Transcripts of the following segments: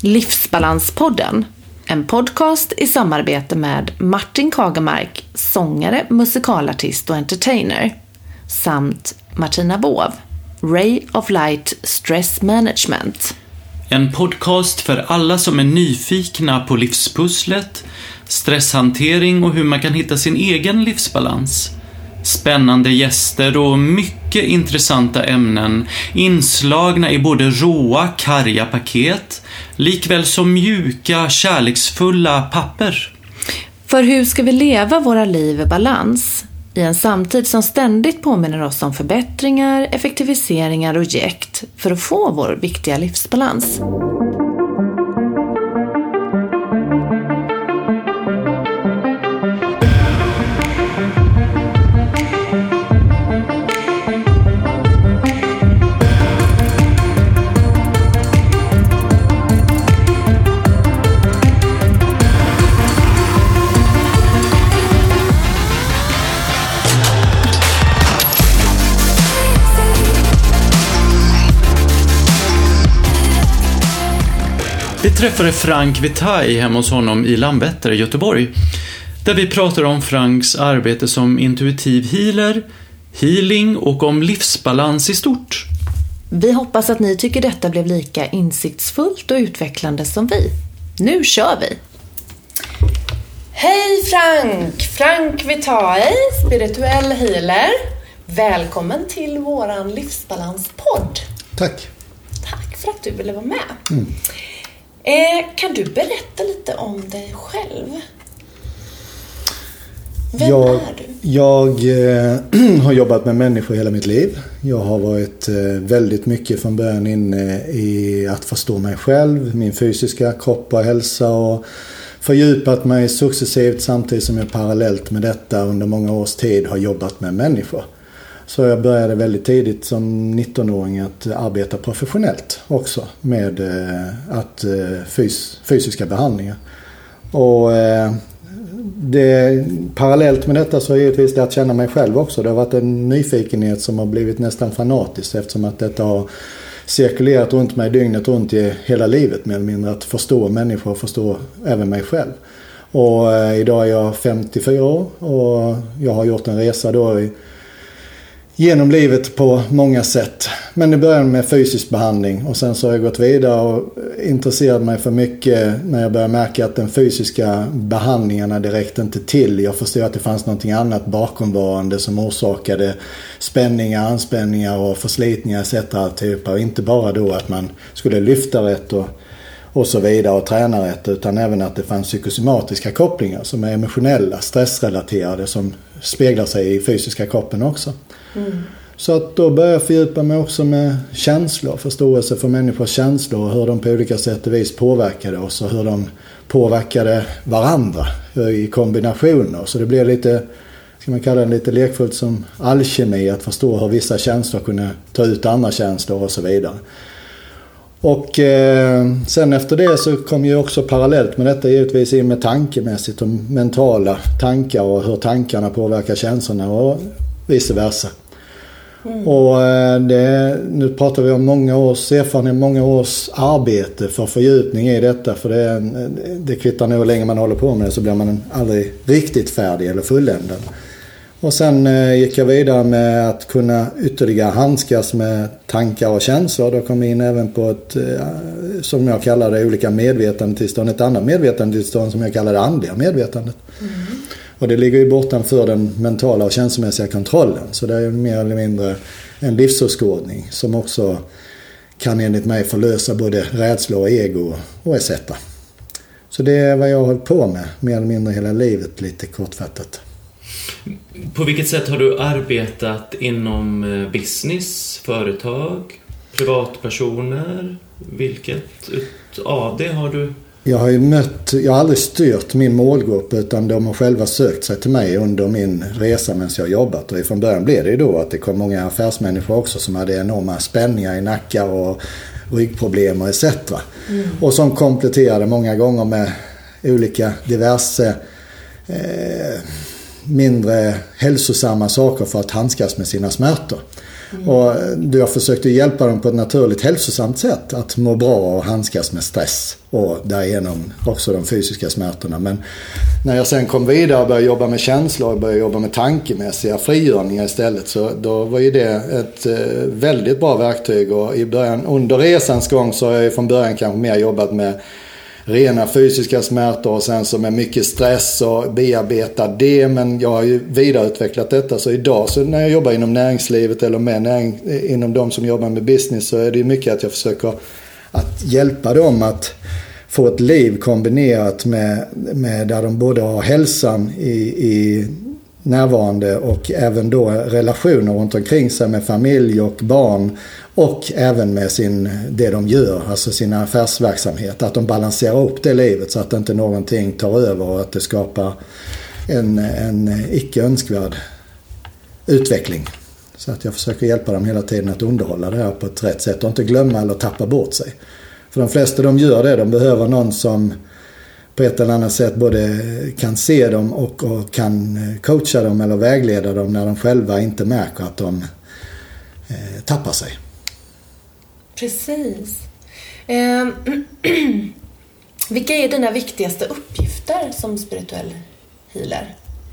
Livsbalanspodden, en podcast i samarbete med Martin Kagemark, sångare, musikalartist och entertainer, samt Martina Båv, Ray of Light Stress Management. En podcast för alla som är nyfikna på livspusslet, stresshantering och hur man kan hitta sin egen livsbalans. Spännande gäster och mycket intressanta ämnen inslagna i både råa, karga paket, likväl som mjuka, kärleksfulla papper. För hur ska vi leva våra liv i balans i en samtid som ständigt påminner oss om förbättringar, effektiviseringar och jäkt för att få vår viktiga livsbalans? Vi träffade Frank Vitay hemma hos honom i Landvetter i Göteborg, där vi pratar om Franks arbete som intuitiv healer, healing och om livsbalans i stort. Vi hoppas att ni tycker detta blev lika insiktsfullt och utvecklande som vi. Nu kör vi! Hej Frank! Frank Vitay, spirituell healer. Välkommen till våran livsbalanspodd. Tack. Tack för att du ville vara med. Kan du berätta lite om dig själv? Vem är du? Jag har jobbat med människor hela mitt liv. Jag har varit väldigt mycket från början inne i att förstå mig själv, min fysiska kropp och hälsa, och fördjupat mig successivt samtidigt som jag parallellt med detta under många års tid har jobbat med människor. Så jag började väldigt tidigt som 19-åring att arbeta professionellt också med fysiska behandlingar. Och parallellt med detta så har jag givetvis lärt känna mig själv också. Det har varit en nyfikenhet som har blivit nästan fanatisk, eftersom att detta har cirkulerat runt mig dygnet runt i hela livet, mer eller mindre, att förstå människor och förstå även mig själv. Och idag är jag 54 år och jag har gjort en resa då genom livet på många sätt. Men det började med fysisk behandling och sen så har jag gått vidare och intresserat mig för mycket när jag började märka att den fysiska behandlingarna direkt inte till. Jag förstod att det fanns någonting annat bakomvarande som orsakade spänningar, anspänningar och förslitningar etc. Typ. Och inte bara då att man skulle lyfta rätt och så vidare och träna rätt, utan även att det fanns psykosomatiska kopplingar som är emotionella, stressrelaterade, som speglar sig i fysiska kroppen också. Så att då började jag fördjupa mig också med känslor, förståelse för människors känslor och hur de på olika sätt och vis påverkade oss och hur de påverkade varandra i kombinationer. Så det blev lite, ska man kalla det lite lekfullt, som alkemi, att förstå hur vissa känslor kunde ta ut andra känslor och så vidare. Och sen efter det så kom ju också parallellt med detta givetvis in med tankemässigt och mentala tankar och hur tankarna påverkar känslorna och vice versa. Och nu pratar vi om många års erfarenhet, många års arbete för fördjupning i detta, för det kvittar nog hur länge man håller på med det, så blir man aldrig riktigt färdig eller fulländad. Och sen gick jag vidare med att kunna ytterligare handskas med tankar och känslor. Då kom jag in även på ett, som jag kallar det, olika medvetandetillstånd. Ett annat medvetandetillstånd som jag kallar det andliga medvetandet. Och det ligger ju bortanför den mentala och känslomässiga kontrollen. Så det är mer eller mindre en livsåskådning som också kan enligt mig förlösa både rädslor och ego och etc. Så det är vad jag har hållit på med mer eller mindre hela livet, lite kortfattat. På vilket sätt har du arbetat inom business, företag, privatpersoner? Vilket av det har du? Jag har aldrig styrt min målgrupp, utan de har själva sökt sig till mig under min resa medan jag har jobbat. Och från början blev det ju då att det kom många affärsmänniskor också som hade enorma spänningar i nackar och ryggproblem och etc. Och som kompletterade många gånger med olika diverse mindre hälsosamma saker för att handskas med sina smärtor. Och du har försökt att hjälpa dem på ett naturligt hälsosamt sätt att må bra och handskas med stress och därigenom också de fysiska smärtorna. Men när jag sen kom vidare och började jobba med känslor och började jobba med tankemässiga frigörningar istället, så då var ju det ett väldigt bra verktyg. Och i början, under resans gång, så har jag från början kanske mer jobbat med rena fysiska smärtor och sen så med mycket stress och bearbeta det, men jag har ju vidareutvecklat detta. Så idag så när jag jobbar inom näringslivet eller inom de som jobbar med business, så är det ju mycket att jag försöker att hjälpa dem att få ett liv kombinerat med där de både har hälsan i närvarande och även då relationer runt omkring sig med familj och barn, och även med det de gör, alltså sin affärsverksamhet, att de balanserar upp det livet så att inte någonting tar över och att det skapar en icke önskvärd utveckling. Så att jag försöker hjälpa dem hela tiden att underhålla det här på ett rätt sätt och inte glömma eller tappa bort sig. För de flesta de gör det, de behöver någon som på ett eller annat sätt både kan se dem och kan coacha dem eller vägleda dem när de själva inte märker att de tappar sig. Precis. Vilka är dina viktigaste uppgifter som spirituell healer?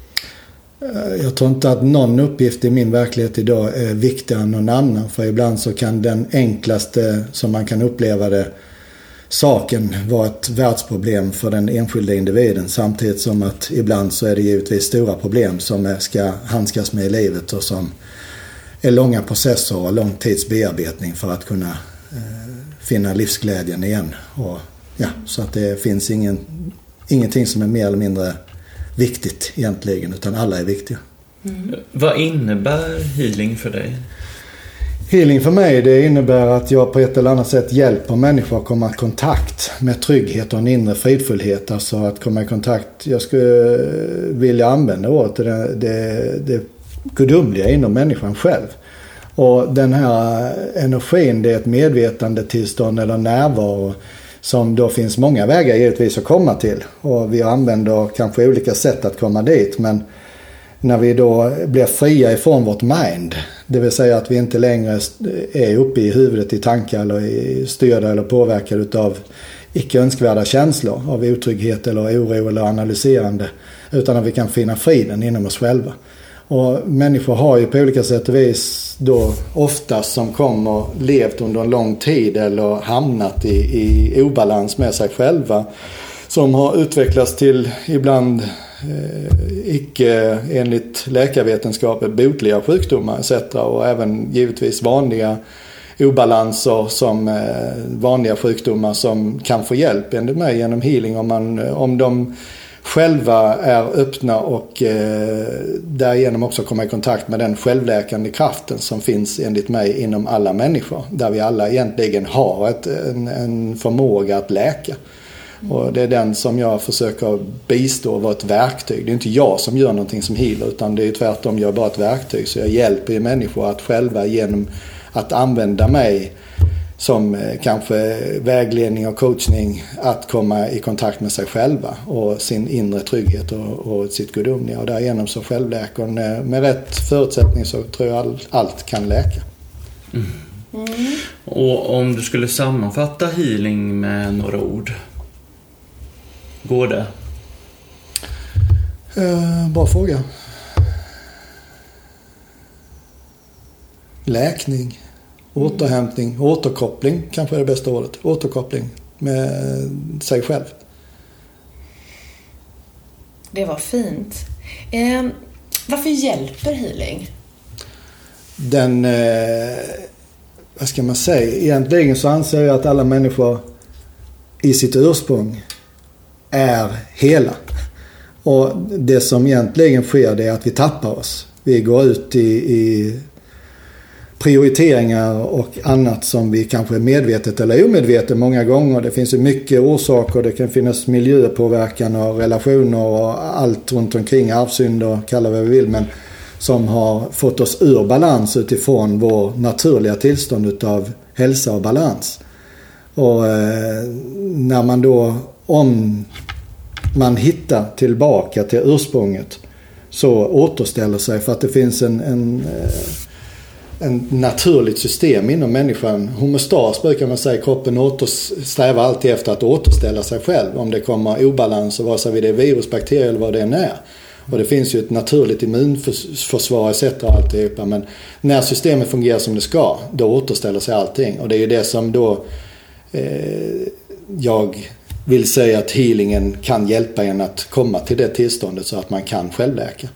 Jag tror inte att någon uppgift i min verklighet idag är viktigare än någon annan. För ibland så kan den enklaste som man kan uppleva det saken vara ett världsproblem för den enskilda individen. Samtidigt som att ibland så är det givetvis stora problem som ska handskas med i livet och som är långa processer och lång tids bearbetning för att kunna finna livsglädjen igen. Och, ja, så att det finns ingenting som är mer eller mindre viktigt egentligen, utan alla är viktiga. Mm. Vad innebär healing för dig? Healing för mig, det innebär att jag på ett eller annat sätt hjälper människor att komma i kontakt med trygghet och en inre fridfullhet. Alltså att komma i kontakt, jag skulle vilja använda åt det gudomliga inom människan själv. Och den här energin, det är ett medvetandetillstånd eller närvaro som då finns många vägar givetvis att komma till. Och vi använder kanske olika sätt att komma dit, men när vi då blir fria ifrån vårt mind, det vill säga att vi inte längre är uppe i huvudet i tankar eller styrda eller påverkade av icke önskvärda känslor av otrygghet eller oro eller analyserande, utan att vi kan finna friden inom oss själva. Och människor har ju på olika sätt och vis då oftast som kommer levt under en lång tid eller hamnat i obalans med sig själva, som har utvecklats till ibland icke enligt läkarvetenskapen botliga sjukdomar etc. och även givetvis vanliga obalanser som vanliga sjukdomar som kan få hjälp enligt mig genom healing om de själva är öppna och därigenom också komma i kontakt med den självläkande kraften som finns enligt mig inom alla människor, där vi alla egentligen har en förmåga att läka. Och det är den som jag försöker bistå och vara ett verktyg. Det är inte jag som gör någonting som healer, utan det är tvärtom, jag är bara ett verktyg. Så jag hjälper människor att själva genom att använda mig som kanske vägledning och coachning att komma i kontakt med sig själva och sin inre trygghet och sitt gudomliga. Och därigenom så självläker med rätt förutsättning så tror jag allt kan läka. Mm. Mm. Och om du skulle sammanfatta healing med några ord, går det? Bra fråga. Läkning, återhämtning, återkoppling kanske är det bästa ordet. Återkoppling med sig själv. Det var fint. Varför hjälper healing? Den, vad ska man säga? Egentligen så anser jag att alla människor i sitt ursprung är hela. Och det som egentligen sker, det är att vi tappar oss. Vi går ut i prioriteringar och annat som vi kanske är medvetet eller omedvetet många gånger. Det finns ju mycket orsaker. Det kan finnas miljöpåverkan och relationer och allt runt omkring, arvsynder, kalla vad vi vill, men som har fått oss ur balans utifrån vår naturliga tillstånd utav hälsa och balans. Och när man då, om man hittar tillbaka till ursprunget, så återställer sig, för att det finns en naturligt system inom människan. Homostas brukar man säga, kroppen strävar alltid efter att återställa sig själv om det kommer obalans, och vare sig det är virus, bakterier eller vad det än är. Och det finns ju ett naturligt immunförsvar etc. alltihopa, men när systemet fungerar som det ska, då återställer sig allting. Och det är ju det som då jag vill säga att healingen kan hjälpa en att komma till det tillståndet så att man kan självläka.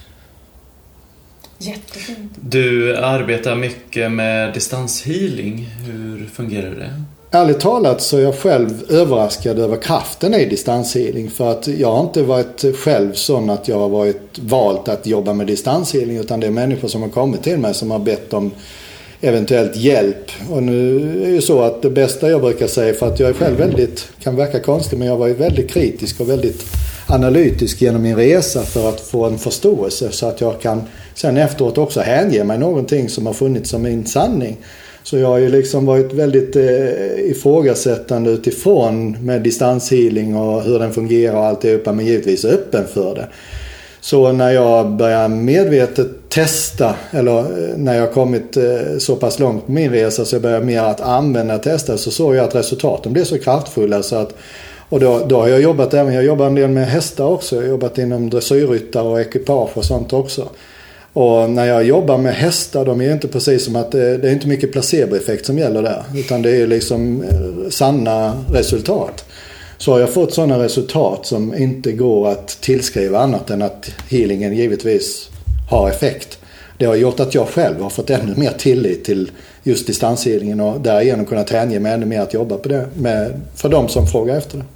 Jättefint. Du arbetar mycket med distanshealing. Hur fungerar det? Ärligt talat så är jag själv överraskad över kraften i distanshealing, för att jag har inte varit själv sån att jag har varit valt att jobba med distanshealing, utan det är människor som har kommit till mig som har bett om eventuellt hjälp. Och nu är det ju så att det bästa jag brukar säga, för att jag är själv kan verka konstig, men jag har varit väldigt kritisk och väldigt analytisk genom min resa för att få en förståelse, så att jag kan sen efteråt också hänge mig någonting som har funnits som min sanning. Så jag har ju liksom varit väldigt ifrågasättande utifrån med distanshealing och hur den fungerar och alltihopa, men givetvis öppen för det. Så när jag börjar medvetet testa, eller när jag kommit så pass långt på min resa så jag börjar mer att använda och testa, så såg jag att resultaten blev så kraftfulla så att, och då har jag jobbat jag jobbar en del med hästar också, jag har jobbat inom dressyrryttare och ekipage och sånt också. Och när jag jobbar med hästar, de är inte precis som att det är inte mycket placeboeffekt som gäller där, utan det är liksom sanna resultat. Så har jag fått sådana resultat som inte går att tillskriva annat än att healingen givetvis har effekt. Det har gjort att jag själv har fått ännu mer tillit till just distanshealingen och därigenom kunnat hänge mig ännu mer att jobba på det för de som frågar efter det.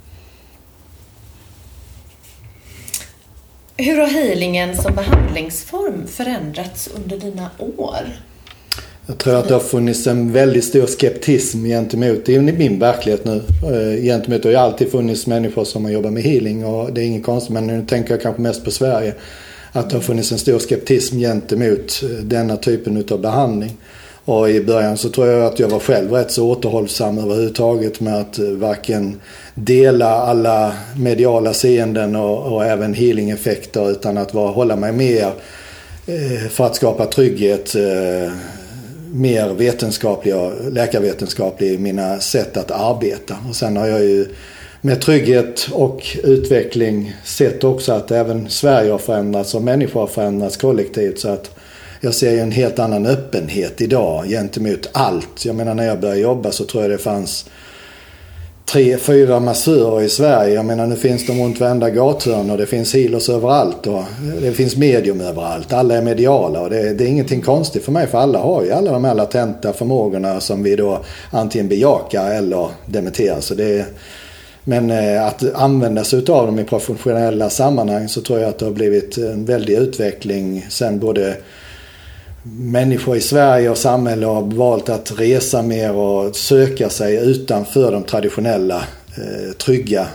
Hur har healingen som behandlingsform förändrats under dina år? Jag tror att det har funnits en väldigt stor skeptism gentemot, det är min verklighet nu, gentemot, det har ju alltid funnits människor som har jobbat med healing och det är ingen konstigt, men nu tänker jag kanske mest på Sverige, att det har funnits en stor skeptism gentemot denna typen av behandling. Och i början så tror jag att jag var själv rätt så återhållsam överhuvudtaget med att varken dela alla mediala seenden och även healing-effekter, utan att hålla mig mer för att skapa trygghet, mer vetenskaplig och läkarvetenskaplig i mina sätt att arbeta. Och sen har jag ju med trygghet och utveckling sett också att även Sverige har förändrats och människor har förändrats kollektivt, så att jag ser en helt annan öppenhet idag gentemot allt. Jag menar, när jag började jobba så tror jag det fanns 3-4 massörer i Sverige. Jag menar, nu finns de runt varenda gathörn och det finns healers överallt och det finns medium överallt. Alla är mediala och det är ingenting konstigt för mig, för alla har ju alla de här latenta förmågorna som vi då antingen bejakar eller dementerar. Så men att använda sig av dem i professionella sammanhang, så tror jag att det har blivit en väldig utveckling sen. Både människor i Sverige och samhälle har valt att resa mer och söka sig utanför de traditionella trygga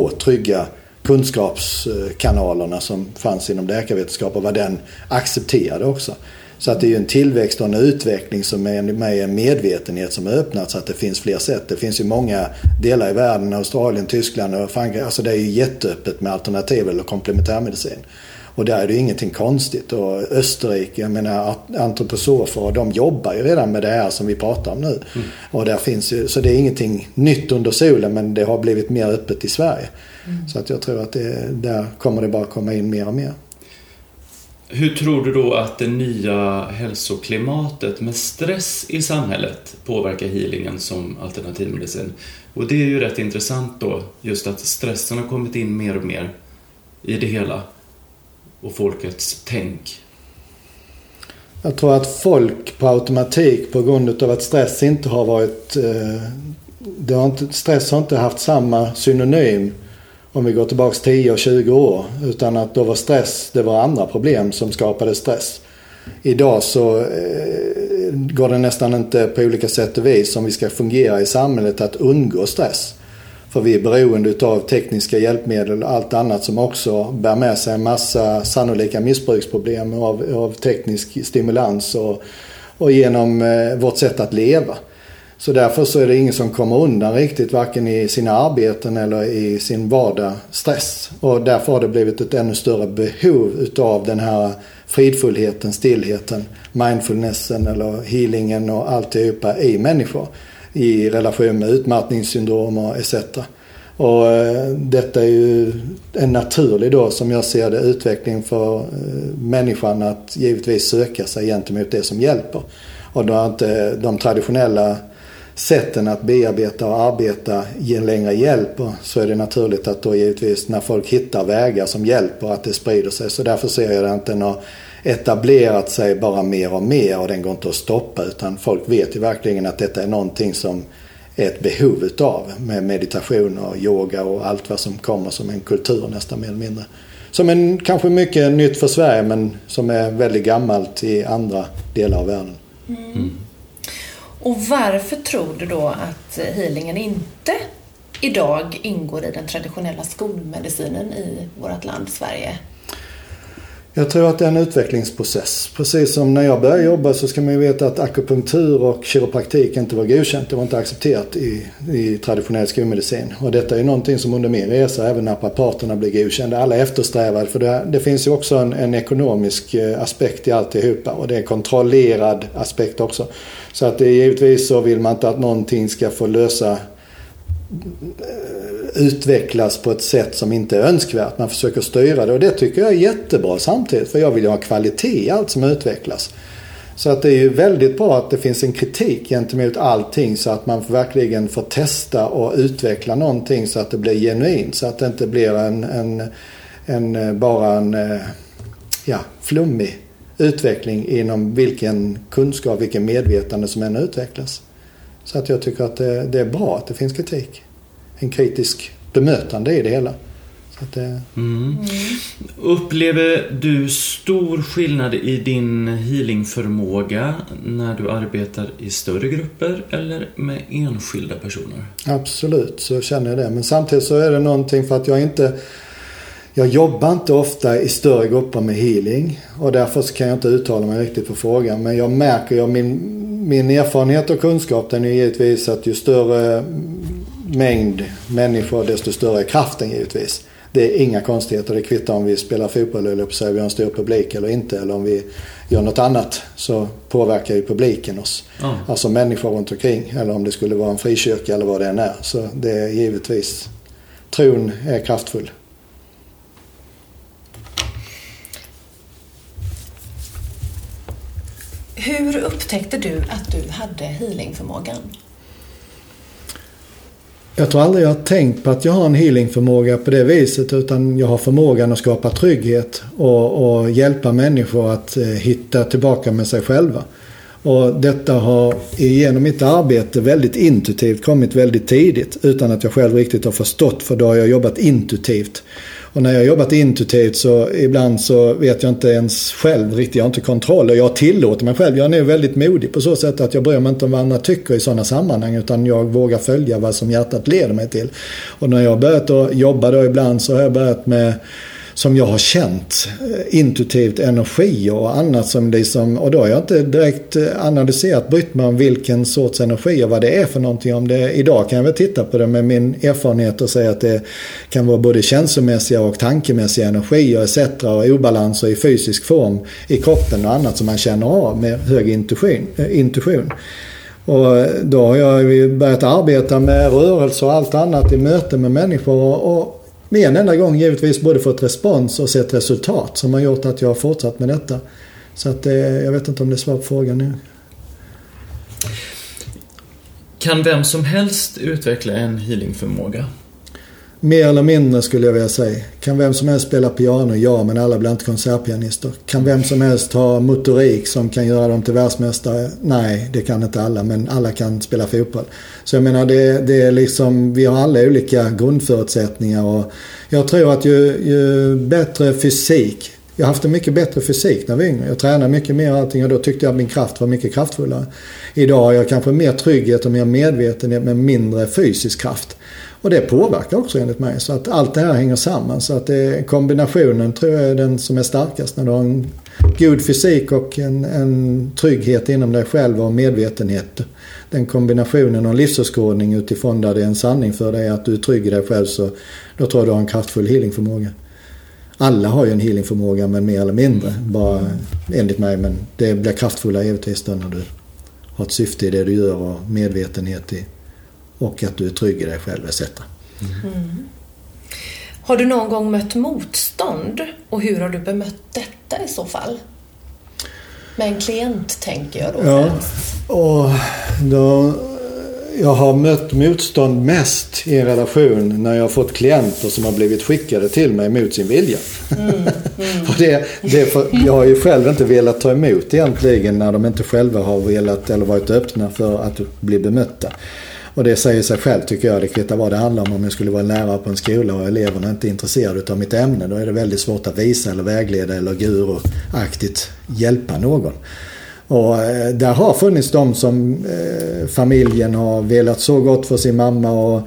kunskapskanalerna som fanns inom läkarvetenskap, och vad den accepterade också. Så att det är ju en tillväxt och en utveckling som är med en medvetenhet som har öppnat, så att det finns fler sätt. Det finns ju många delar i världen, Australien, Tyskland och Frankrike, alltså det är ju jätteöppet med alternativ eller komplementärmedicin. Och där är det ju ingenting konstigt. Och Österrike, jag menar antroposofer, de jobbar ju redan med det här som vi pratar om nu. Mm. Och där finns ju, så det är ingenting nytt under solen, men det har blivit mer öppet i Sverige. Mm. Så att jag tror att där kommer det bara komma in mer och mer. Hur tror du då att det nya hälsoklimatet med stress i samhället påverkar healingen som alternativmedicin? Och det är ju rätt intressant då, just att stressen har kommit in mer och mer i det hela och folkets tänk. Jag tror att folk på automatik, på grund av att stress inte har varit... stress har inte haft samma synonym om vi går tillbaka 10 och 20 år, utan att då var stress, det var andra problem som skapade stress. Idag så går det nästan inte på olika sätt och vis som vi ska fungera i samhället att undgå stress. För vi är beroende av tekniska hjälpmedel och allt annat som också bär med sig en massa sannolika missbruksproblem av teknisk stimulans och genom vårt sätt att leva. Så därför så är det ingen som kommer undan riktigt, varken i sina arbeten eller i sin vardag stress. Och därför har det blivit ett ännu större behov utav den här fridfullheten, stillheten, mindfulnessen eller healingen och alltihopa i människor. I relation med utmattningssyndrom och etc. Och detta är ju en naturlig då, som jag ser det, utveckling för människan att givetvis söka sig gentemot det som hjälper. Och då har inte de traditionella sätten att bearbeta och arbeta ger längre hjälp, och så är det naturligt att då givetvis när folk hittar vägar som hjälper att det sprider sig. Så därför ser jag det inte har etablerat sig bara mer och mer, och den går inte att stoppa, utan folk vet ju verkligen att detta är någonting som är ett behov utav, med meditation och yoga och allt vad som kommer som en kultur nästan mer eller mindre. Som en kanske mycket nytt för Sverige, men som är väldigt gammalt i andra delar av världen. Mm. Och varför tror du då att healingen inte idag ingår i den traditionella skolmedicinen i vårt land, Sverige? Jag tror att det är en utvecklingsprocess. Precis som när jag började jobba så ska man ju veta att akupunktur och kiropraktik inte var godkänt. Det var inte accepterat i traditionell skolmedicin. Och detta är någonting som under min resa, även när naprapaterna blir godkända, alla eftersträvar. För det finns ju också en ekonomisk aspekt i alltihopa, och det är en kontrollerad aspekt också. Så att det är givetvis så vill man inte att någonting ska få utvecklas på ett sätt som inte är önskvärt. Man försöker styra det, och det tycker jag är jättebra samtidigt, för jag vill ju ha kvalitet i allt som utvecklas. Så att det är ju väldigt bra att det finns en kritik gentemot allting, så att man verkligen får testa och utveckla någonting så att det blir genuint, så att det inte blir bara en flummig utveckling inom vilken kunskap, vilken medvetande som än utvecklas. Så att jag tycker att det är bra att det finns kritik. En kritisk bemötande i det hela. Så att Upplever du stor skillnad i din healingförmåga när du arbetar i större grupper eller med enskilda personer? Absolut, så känner jag det. Men samtidigt så är det någonting, för att jag jobbar inte ofta i större grupper med healing, och därför så kan jag inte uttala mig riktigt på frågan. Men jag märker min erfarenhet och kunskap, den är givetvis att ju större mängd människor, desto större är kraften givetvis. Det är inga konstigheter, det kvittar om vi spelar fotboll eller så vi har en stor publik eller inte, eller om vi gör något annat, så påverkar ju publiken oss. Alltså människor runt omkring, eller om det skulle vara en frikyrka eller vad det än är. Så det är givetvis, tron är kraftfull. Hur upptäckte du att du hade healingförmågan? Jag tror aldrig jag har tänkt på att jag har en healingförmåga på det viset, utan jag har förmågan att skapa trygghet och hjälpa människor att hitta tillbaka med sig själva. Och detta har genom mitt arbete väldigt intuitivt kommit väldigt tidigt, utan att jag själv riktigt har förstått, för då har jag jobbat intuitivt. Och när jag har jobbat intuitivt så ibland så vet jag inte ens själv riktigt, jag har inte kontroll, och jag tillåter mig själv. Jag är nu väldigt modig på så sätt att jag bryr mig inte om vad andra tycker i sådana sammanhang, utan jag vågar följa vad som hjärtat leder mig till. Och när jag har börjat att jobba då ibland, så har jag börjat med, som jag har känt, intuitivt energi och annat som liksom, och då har jag inte direkt analyserat, brytt mig om vilken sorts energi och vad det är för någonting. Om det, idag kan jag väl titta på det med min erfarenhet och säga att det kan vara både känslomässiga och tankemässiga energi och etc. och obalanser i fysisk form i kroppen och annat som man känner av med hög intuition. Och då har jag börjat arbeta med rörelse och allt annat i möte med människor, och med en enda gång givetvis både fått respons och sett resultat som har gjort att jag har fortsatt med detta. Så att jag vet inte om det är svar på frågan nu. Kan vem som helst utveckla en healingförmåga? Mer eller mindre skulle jag vilja säga. Kan vem som helst spela piano? Ja, men alla blir inte konsertpianister. Kan vem som helst ha motorik som kan göra dem till världsmästare? Nej, det kan inte alla, men alla kan spela fotboll. Så jag menar, det är liksom, vi har alla olika grundförutsättningar, och jag tror att ju bättre fysik, jag har haft en mycket bättre fysik när vi var yngre. Jag tränar mycket mer allting, och då tyckte jag att min kraft var mycket kraftfullare. Idag har jag kanske mer trygghet och mer medvetenhet med mindre fysisk kraft. Och det påverkar också enligt mig. Så att allt det här hänger samman. Så att kombinationen tror jag är den som är starkast. När du har en god fysik och en trygghet inom dig själv och medvetenhet. Den kombinationen och en livsåskådning utifrån där det är en sanning för dig att du är trygg i dig själv, så då tror jag du har en kraftfull healingförmåga. Alla har ju en healingförmåga, men mer eller mindre. Bara enligt mig, men det blir kraftfulla givetvis när du har ett syfte i det du gör och medvetenhet i, och att du är trygg i dig själv etc. Har du någon gång mött motstånd, och hur har du bemött detta i så fall? Med en klient tänker jag då. Ja, och då, jag har mött motstånd mest i en relation när jag har fått klienter som har blivit skickade till mig mot sin vilja. Och jag har ju själv inte velat ta emot egentligen när de inte själva har velat eller varit öppna för att bli bemötta. Och det säger sig själv tycker jag, det kvittar vad det handlar om jag skulle vara lärare på en skola och eleverna inte är intresserade av mitt ämne. Då är det väldigt svårt att visa eller vägleda eller guruaktigt hjälpa någon. Och där har funnits de som familjen har velat så gott för sin mamma och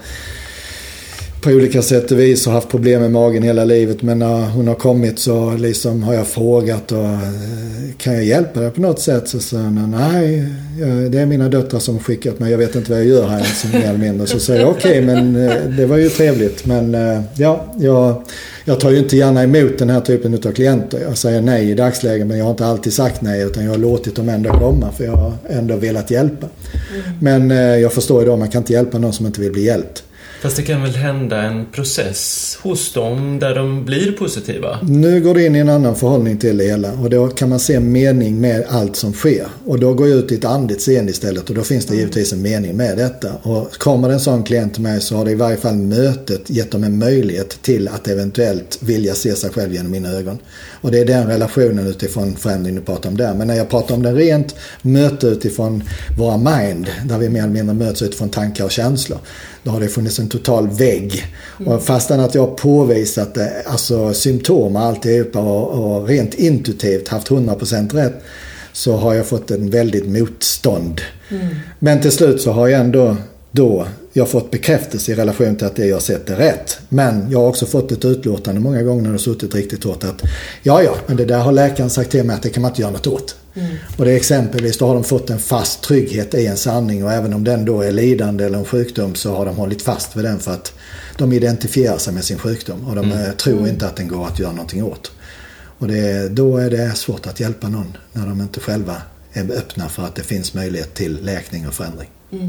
på olika sätt och vis har haft problem med magen hela livet, men när hon har kommit så liksom har jag frågat och kan jag hjälpa dig på något sätt? Så säger hon, nej, det är mina döttrar som skickat mig, jag vet inte vad jag gör här som mer eller mindre. Så säger jag okej, men det var ju trevligt, men ja, jag tar ju inte gärna emot den här typen av klienter. Jag säger nej i dagsläget, men jag har inte alltid sagt nej, utan jag har låtit dem ändå komma, för jag har ändå velat hjälpa. Men jag förstår ju då, man kan inte hjälpa någon som inte vill bli hjälpt. Fast det kan väl hända en process hos dem där de blir positiva? Nu går det in i en annan förhållning till det hela. Och då kan man se mening med allt som sker. Och då går jag ut i ett andligt seende istället. Och då finns det givetvis en mening med detta. Och kommer det en sån klient till mig så har det i varje fall mötet gett dem en möjlighet till att eventuellt vilja se sig själv genom mina ögon. Och det är den relationen utifrån förändring du pratar om där. Men när jag pratar om det rent möte utifrån våra mind, där vi mer eller mindre möts utifrån tankar och känslor, då har det funnits en total vägg. Och fastän att jag har påvisat alltså symptom och alltihopa och rent intuitivt haft 100% rätt, så har jag fått en väldigt motstånd. Men till slut så har jag ändå jag fått bekräftelse i relation till att det jag sett är rätt. Men jag har också fått ett utlåtande många gånger när det har suttit riktigt hårt att ja, men det där har läkaren sagt till mig att det kan man inte göra något åt. Och det är exempelvis, då har de fått en fast trygghet i en sanning, och även om den då är lidande eller en sjukdom så har de hållit fast vid den för att de identifierar sig med sin sjukdom och de tror inte att den går att göra någonting åt. Och då är det svårt att hjälpa någon när de inte själva är öppna för att det finns möjlighet till läkning och förändring.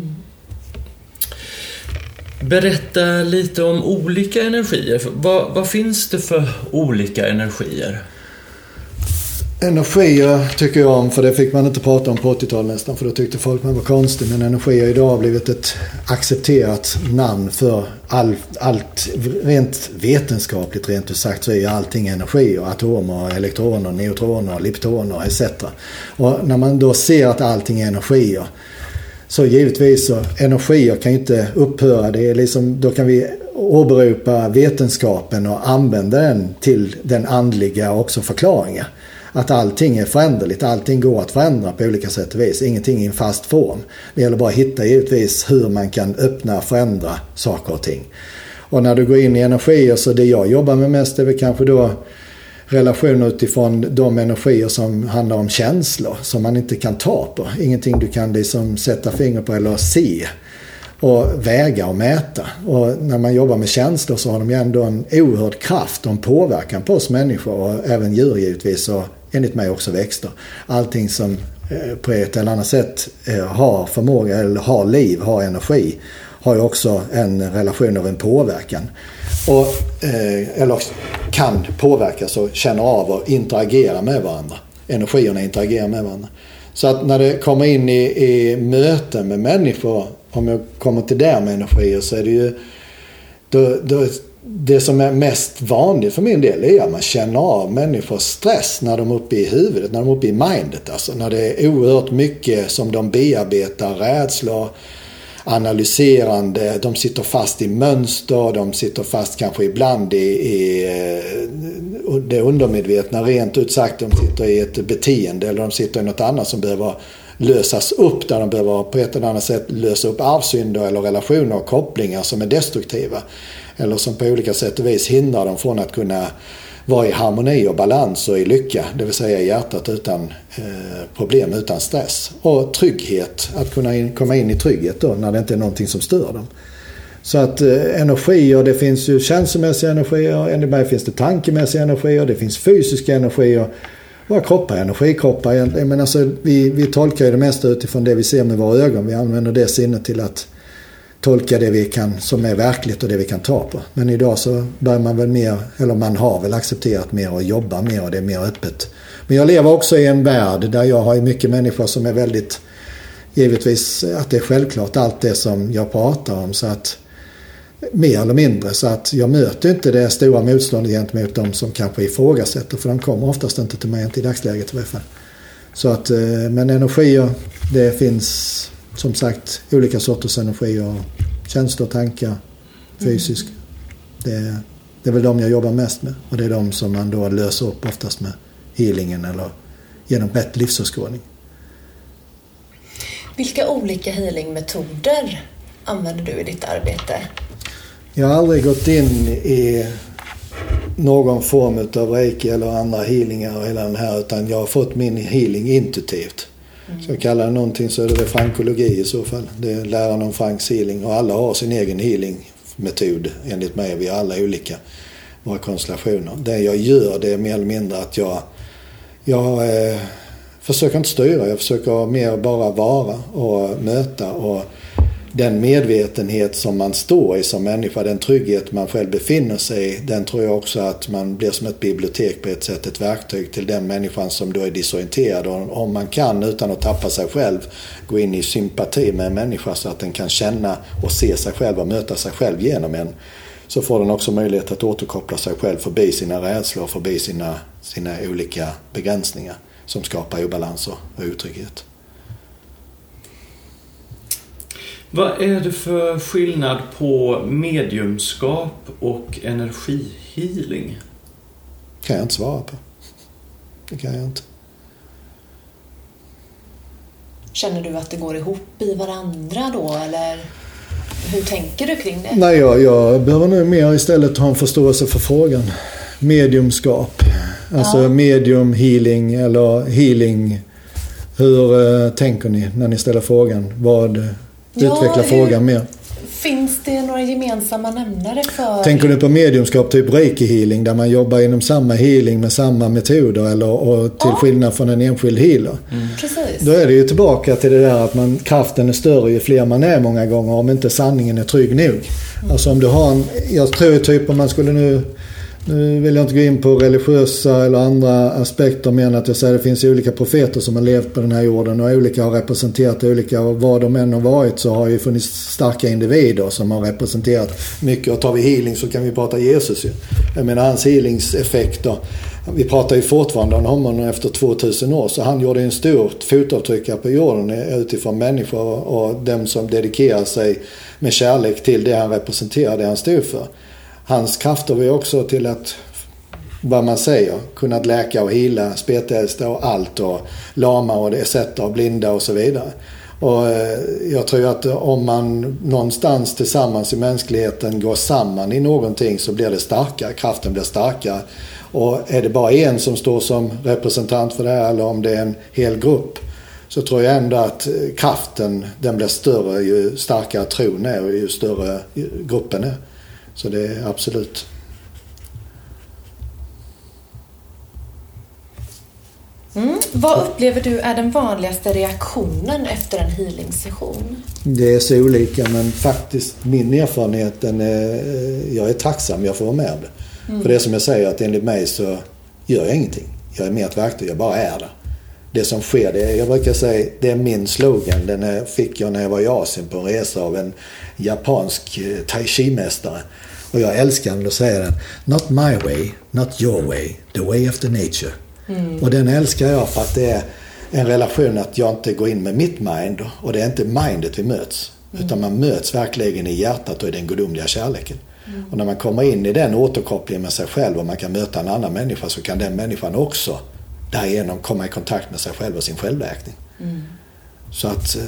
Berätta lite om olika energier. Vad finns det för olika energier? Energier tycker jag om, för det fick man inte prata om på 80-talet nästan, för då tyckte folk man var konstig. Men energier idag har blivit ett accepterat namn för allt rent vetenskapligt, rent ut sagt så är allting energier, atomer, elektroner, neutroner, leptoner etc. Och när man då ser att allting är energier, så givetvis så energier kan ju inte upphöra. Det är liksom, då kan vi åberopa vetenskapen och använda den till den andliga också förklaringen. Att allting är föränderligt, allting går att förändra på olika sätt och vis. Ingenting i en fast form. Det gäller bara att hitta givetvis hur man kan öppna och förändra saker och ting. Och när du går in i energier, så det jag jobbar med mest är väl kanske då relationer utifrån de energier som handlar om känslor som man inte kan ta på. Ingenting du kan liksom sätta finger på eller se och väga och mäta. Och när man jobbar med känslor så har de ju ändå en oerhörd kraft och en påverkan på oss människor och även djur givetvis, och enligt mig också växter. Allting som på ett eller annat sätt har förmåga eller har liv, har energi, har ju också en relation av en påverkan. Och, eller kan påverkas och känna av och interagera med varandra. Energierna interagerar med varandra. Så att när det kommer in i möten med människor, om jag kommer till där med energier, så är det ju det som är mest vanligt för min del är att man känner av människors stress när de är uppe i huvudet, när de är uppe i mindet. Alltså när det är oerhört mycket som de bearbetar, rädslor, analyserande, de sitter fast i mönster, de sitter fast kanske ibland i det undermedvetna, rent ut sagt, de sitter i ett beteende eller de sitter i något annat som behöver lösas upp, där de behöver på ett eller annat sätt lösa upp arvsynder eller relationer och kopplingar som är destruktiva. Eller som på olika sätt och vis hindrar dem från att kunna vara i harmoni och balans och i lycka, det vill säga i hjärtat utan problem, utan stress. Och trygghet, att kunna komma in i trygghet då när det inte är någonting som stör dem. Så att energier, det finns ju känslomässiga energier, enligt mig finns det tankemässiga energier, det finns fysiska energier. Våra kroppar, energikroppar egentligen. Men alltså, vi tolkar ju det mesta utifrån det vi ser med våra ögon. Vi använder det sinnet till att tolka det vi kan, som är verkligt och det vi kan ta på. Men idag så börjar man väl mer, eller man har väl accepterat mer och jobbar mer och det är mer öppet. Men jag lever också i en värld där jag har mycket människor som är väldigt, givetvis att det är självklart allt det som jag pratar om, så att mer eller mindre, så att jag möter inte det stora motståndet gentemot dem som kanske ifrågasätter, för de kommer oftast inte till mig, inte i dagsläget i alla fall. Så att, men energier, det finns som sagt olika sorters energier, känslor, tankar, fysisk. Det är väl de jag jobbar mest med, och det är de som man då löser upp oftast med healingen eller genom rätt livsåskådning. Vilka olika healingmetoder använder du i ditt arbete? Jag har aldrig gått in i någon form av reiki eller andra healingar och hela den här, utan jag har fått min healing intuitivt. Så jag kallar det någonting, så är det väl frankologi i så fall. Det är läran om Franks healing, och alla har sin egen healingmetod enligt mig. Vi har alla olika våra konstellationer. Det jag gör, det är mer eller mindre att jag försöker inte styra, jag försöker mer bara vara och möta, och den medvetenhet som man står i som människa, den trygghet man själv befinner sig i, den tror jag också att man blir som ett bibliotek på ett sätt, ett verktyg till den människan som då är disorienterad. Och om man kan utan att tappa sig själv gå in i sympati med en människa så att den kan känna och se sig själv och möta sig själv genom en, så får den också möjlighet att återkoppla sig själv förbi sina rädslor, förbi sina olika begränsningar som skapar obalanser och otrygghet. Vad är det för skillnad på mediumskap och energihealing? Kan jag inte svara på. Det kan jag inte. Känner du att det går ihop i varandra då, eller hur tänker du kring det? Nej, jag behöver nu mer istället ha en förståelse för frågan. Mediumskap. Alltså medium healing eller healing. Hur tänker ni när ni ställer frågan? Utveckla frågan mer. Finns det några gemensamma nämnare för... Tänker du på mediumskap, typ reiki healing, där man jobbar inom samma healing med samma metoder, eller och till skillnad från en enskild healer? Precis. Då är det ju tillbaka till det där att kraften är större ju fler man är många gånger, om inte sanningen är trygg nog. Alltså om du har jag tror typ om man skulle nu vill jag inte gå in på religiösa eller andra aspekter, men att jag säger att det finns olika profeter som har levt på den här jorden, och olika har representerat olika, och vad de än har varit så har ju funnits starka individer som har representerat mycket. Och tar vi healing så kan vi prata Jesus ju. Jag menar hans healingseffekter, vi pratar ju fortfarande om honom efter 2000 år, så han gjorde en stort fotavtryck på jorden utifrån människor och dem som dedikerar sig med kärlek till det han representerar, det han stod för. Hans krafter var också till att, vad man säger, kunnat läka och hila spetälska och allt, och lama och sätta och blinda och så vidare. Och jag tror att om man någonstans tillsammans i mänskligheten går samman i någonting, så blir det starkare, kraften blir starkare. Och är det bara en som står som representant för det här, eller om det är en hel grupp, så tror jag ändå att kraften, den blir större ju starkare tron är och ju större gruppen är. Så det är absolut. Vad upplever du är den vanligaste reaktionen efter en healing-session? Det är så olika, men faktiskt min erfarenhet, jag är tacksam jag får vara med det. För det som jag säger, att enligt mig så gör jag ingenting. Jag är mer ett verktyg, jag bara är där. Det som sker, jag brukar säga, det är min slogan. Den fick jag när jag var i Asien på en resa av en japansk tai chi-mästare. Och jag älskar att säga den. Not my way, not your way, the way of the nature. Och den älskar jag för att det är en relation att jag inte går in med mitt mind. Och det är inte mindet vi möts. Utan man möts verkligen i hjärtat och i den gudomliga kärleken. Och när man kommer in i den återkopplingen med sig själv och man kan möta en annan människa, så kan den människan också därigenom komma i kontakt med sig själv och sin självläkning. Så att...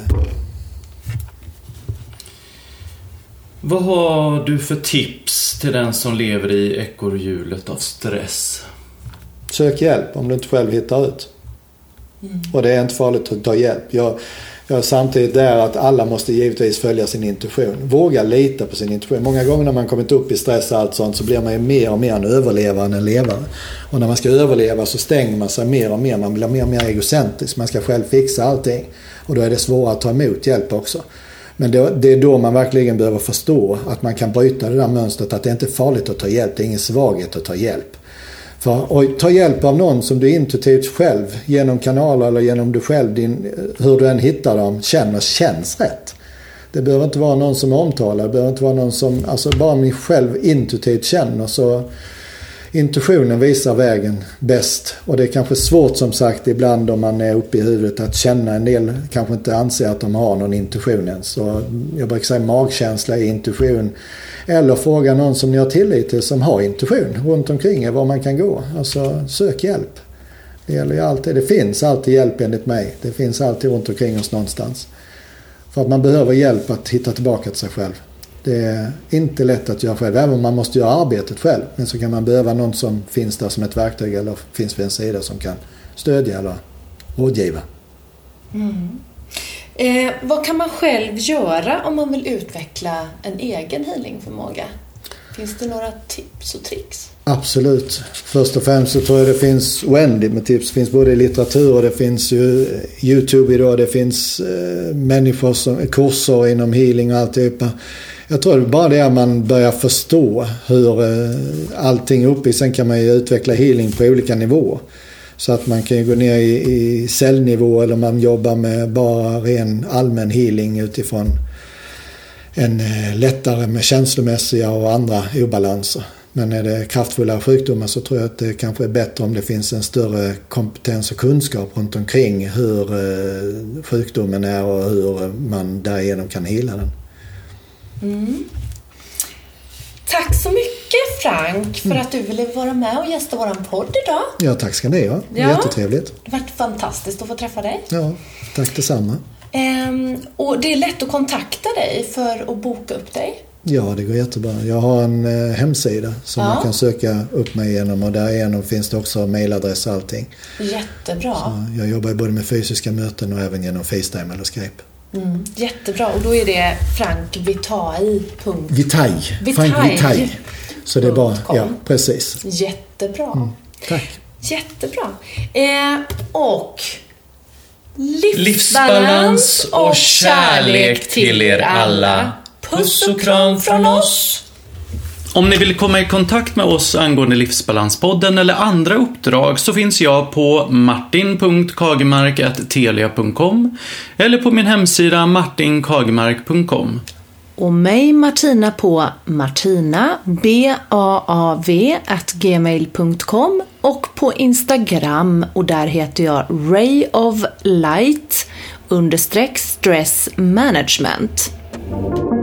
Vad har du för tips till den som lever i ekorrhjulet av stress? Sök hjälp om du inte själv hittar ut. Och det är inte farligt att ta hjälp. Jag är samtidigt där att alla måste givetvis följa sin intuition. Våga lita på sin intuition. Många gånger när man kommit upp i stress och allt sånt så blir man ju mer och mer en överlevare än en levare. Och när man ska överleva så stänger man sig mer och mer. Man blir mer och mer egocentrisk. Man ska själv fixa allting. Och då är det svårare att ta emot hjälp också. Men det är då man verkligen behöver förstå att man kan bryta det där mönstret. Att det inte är farligt att ta hjälp. Det är ingen svaghet att ta hjälp. Och ta hjälp av någon som du intuitivt själv, genom kanaler eller genom du själv, hur du än hittar dem, känns rätt. Det behöver inte vara någon som omtalar, det behöver inte vara någon som, alltså bara mig själv intuitivt känner, så intuitionen visar vägen bäst. Och det är kanske svårt som sagt ibland om man är uppe i huvudet att känna. En del kanske inte anser att de har någon intuition ens. Så jag brukar säga magkänsla är intuition. Eller fråga någon som ni har tillit till som har intuition runt omkring er var man kan gå. Alltså sök hjälp. Det gäller ju alltid. Det finns alltid hjälp enligt mig. Det finns alltid runt omkring oss någonstans. För att man behöver hjälp att hitta tillbaka till sig själv. Det är inte lätt att göra själv. Även om man måste göra arbetet själv. Men så kan man behöva någon som finns där som ett verktyg eller finns vid en sida som kan stödja eller rådgiva. Vad kan man själv göra om man vill utveckla en egen healingförmåga? Finns det några tips och tricks? Absolut. Först och främst så tror jag det finns oändligt med tips. Det finns både i litteratur och det finns ju YouTube idag. Det finns människor som kurser inom healing och alltihopa. Jag tror bara det är att man börjar förstå hur allting är uppe. Sen kan man ju utveckla healing på olika nivåer. Så att man kan gå ner i cellnivå eller man jobbar med bara ren allmän healing utifrån en lättare med känslomässiga och andra obalanser. Men är det kraftfulla sjukdomar så tror jag att det kanske är bättre om det finns en större kompetens och kunskap runt omkring hur sjukdomen är och hur man därigenom kan heala den. Tack så mycket Frank för att du ville vara med och gästa våran podd idag. Ja, tack ska ni ha. Det var jättetrevligt. Det har varit fantastiskt att få träffa dig. Ja, tack detsamma. Och det är lätt att kontakta dig för att boka upp dig. Ja, det går jättebra. Jag har en hemsida som man kan söka upp mig igenom och därigenom finns det också mailadress och allting. Jättebra. Så jag jobbar både med fysiska möten och även genom FaceTime eller Skype. Jättebra. Och då är det frankvitai. Frank Vitai. Så det är bara, ja, precis. Jättebra. Tack. Jättebra. Och livsbalans och kärlek till er alla. Puss och kram från oss. Om ni vill komma i kontakt med oss angående Livsbalanspodden eller andra uppdrag så finns jag på martin.kagemark@telia.com eller på min hemsida martinkagemark.com. Och mig Martina på martinabaav@gmail.com och på Instagram och där heter jag rayoflight_stress management.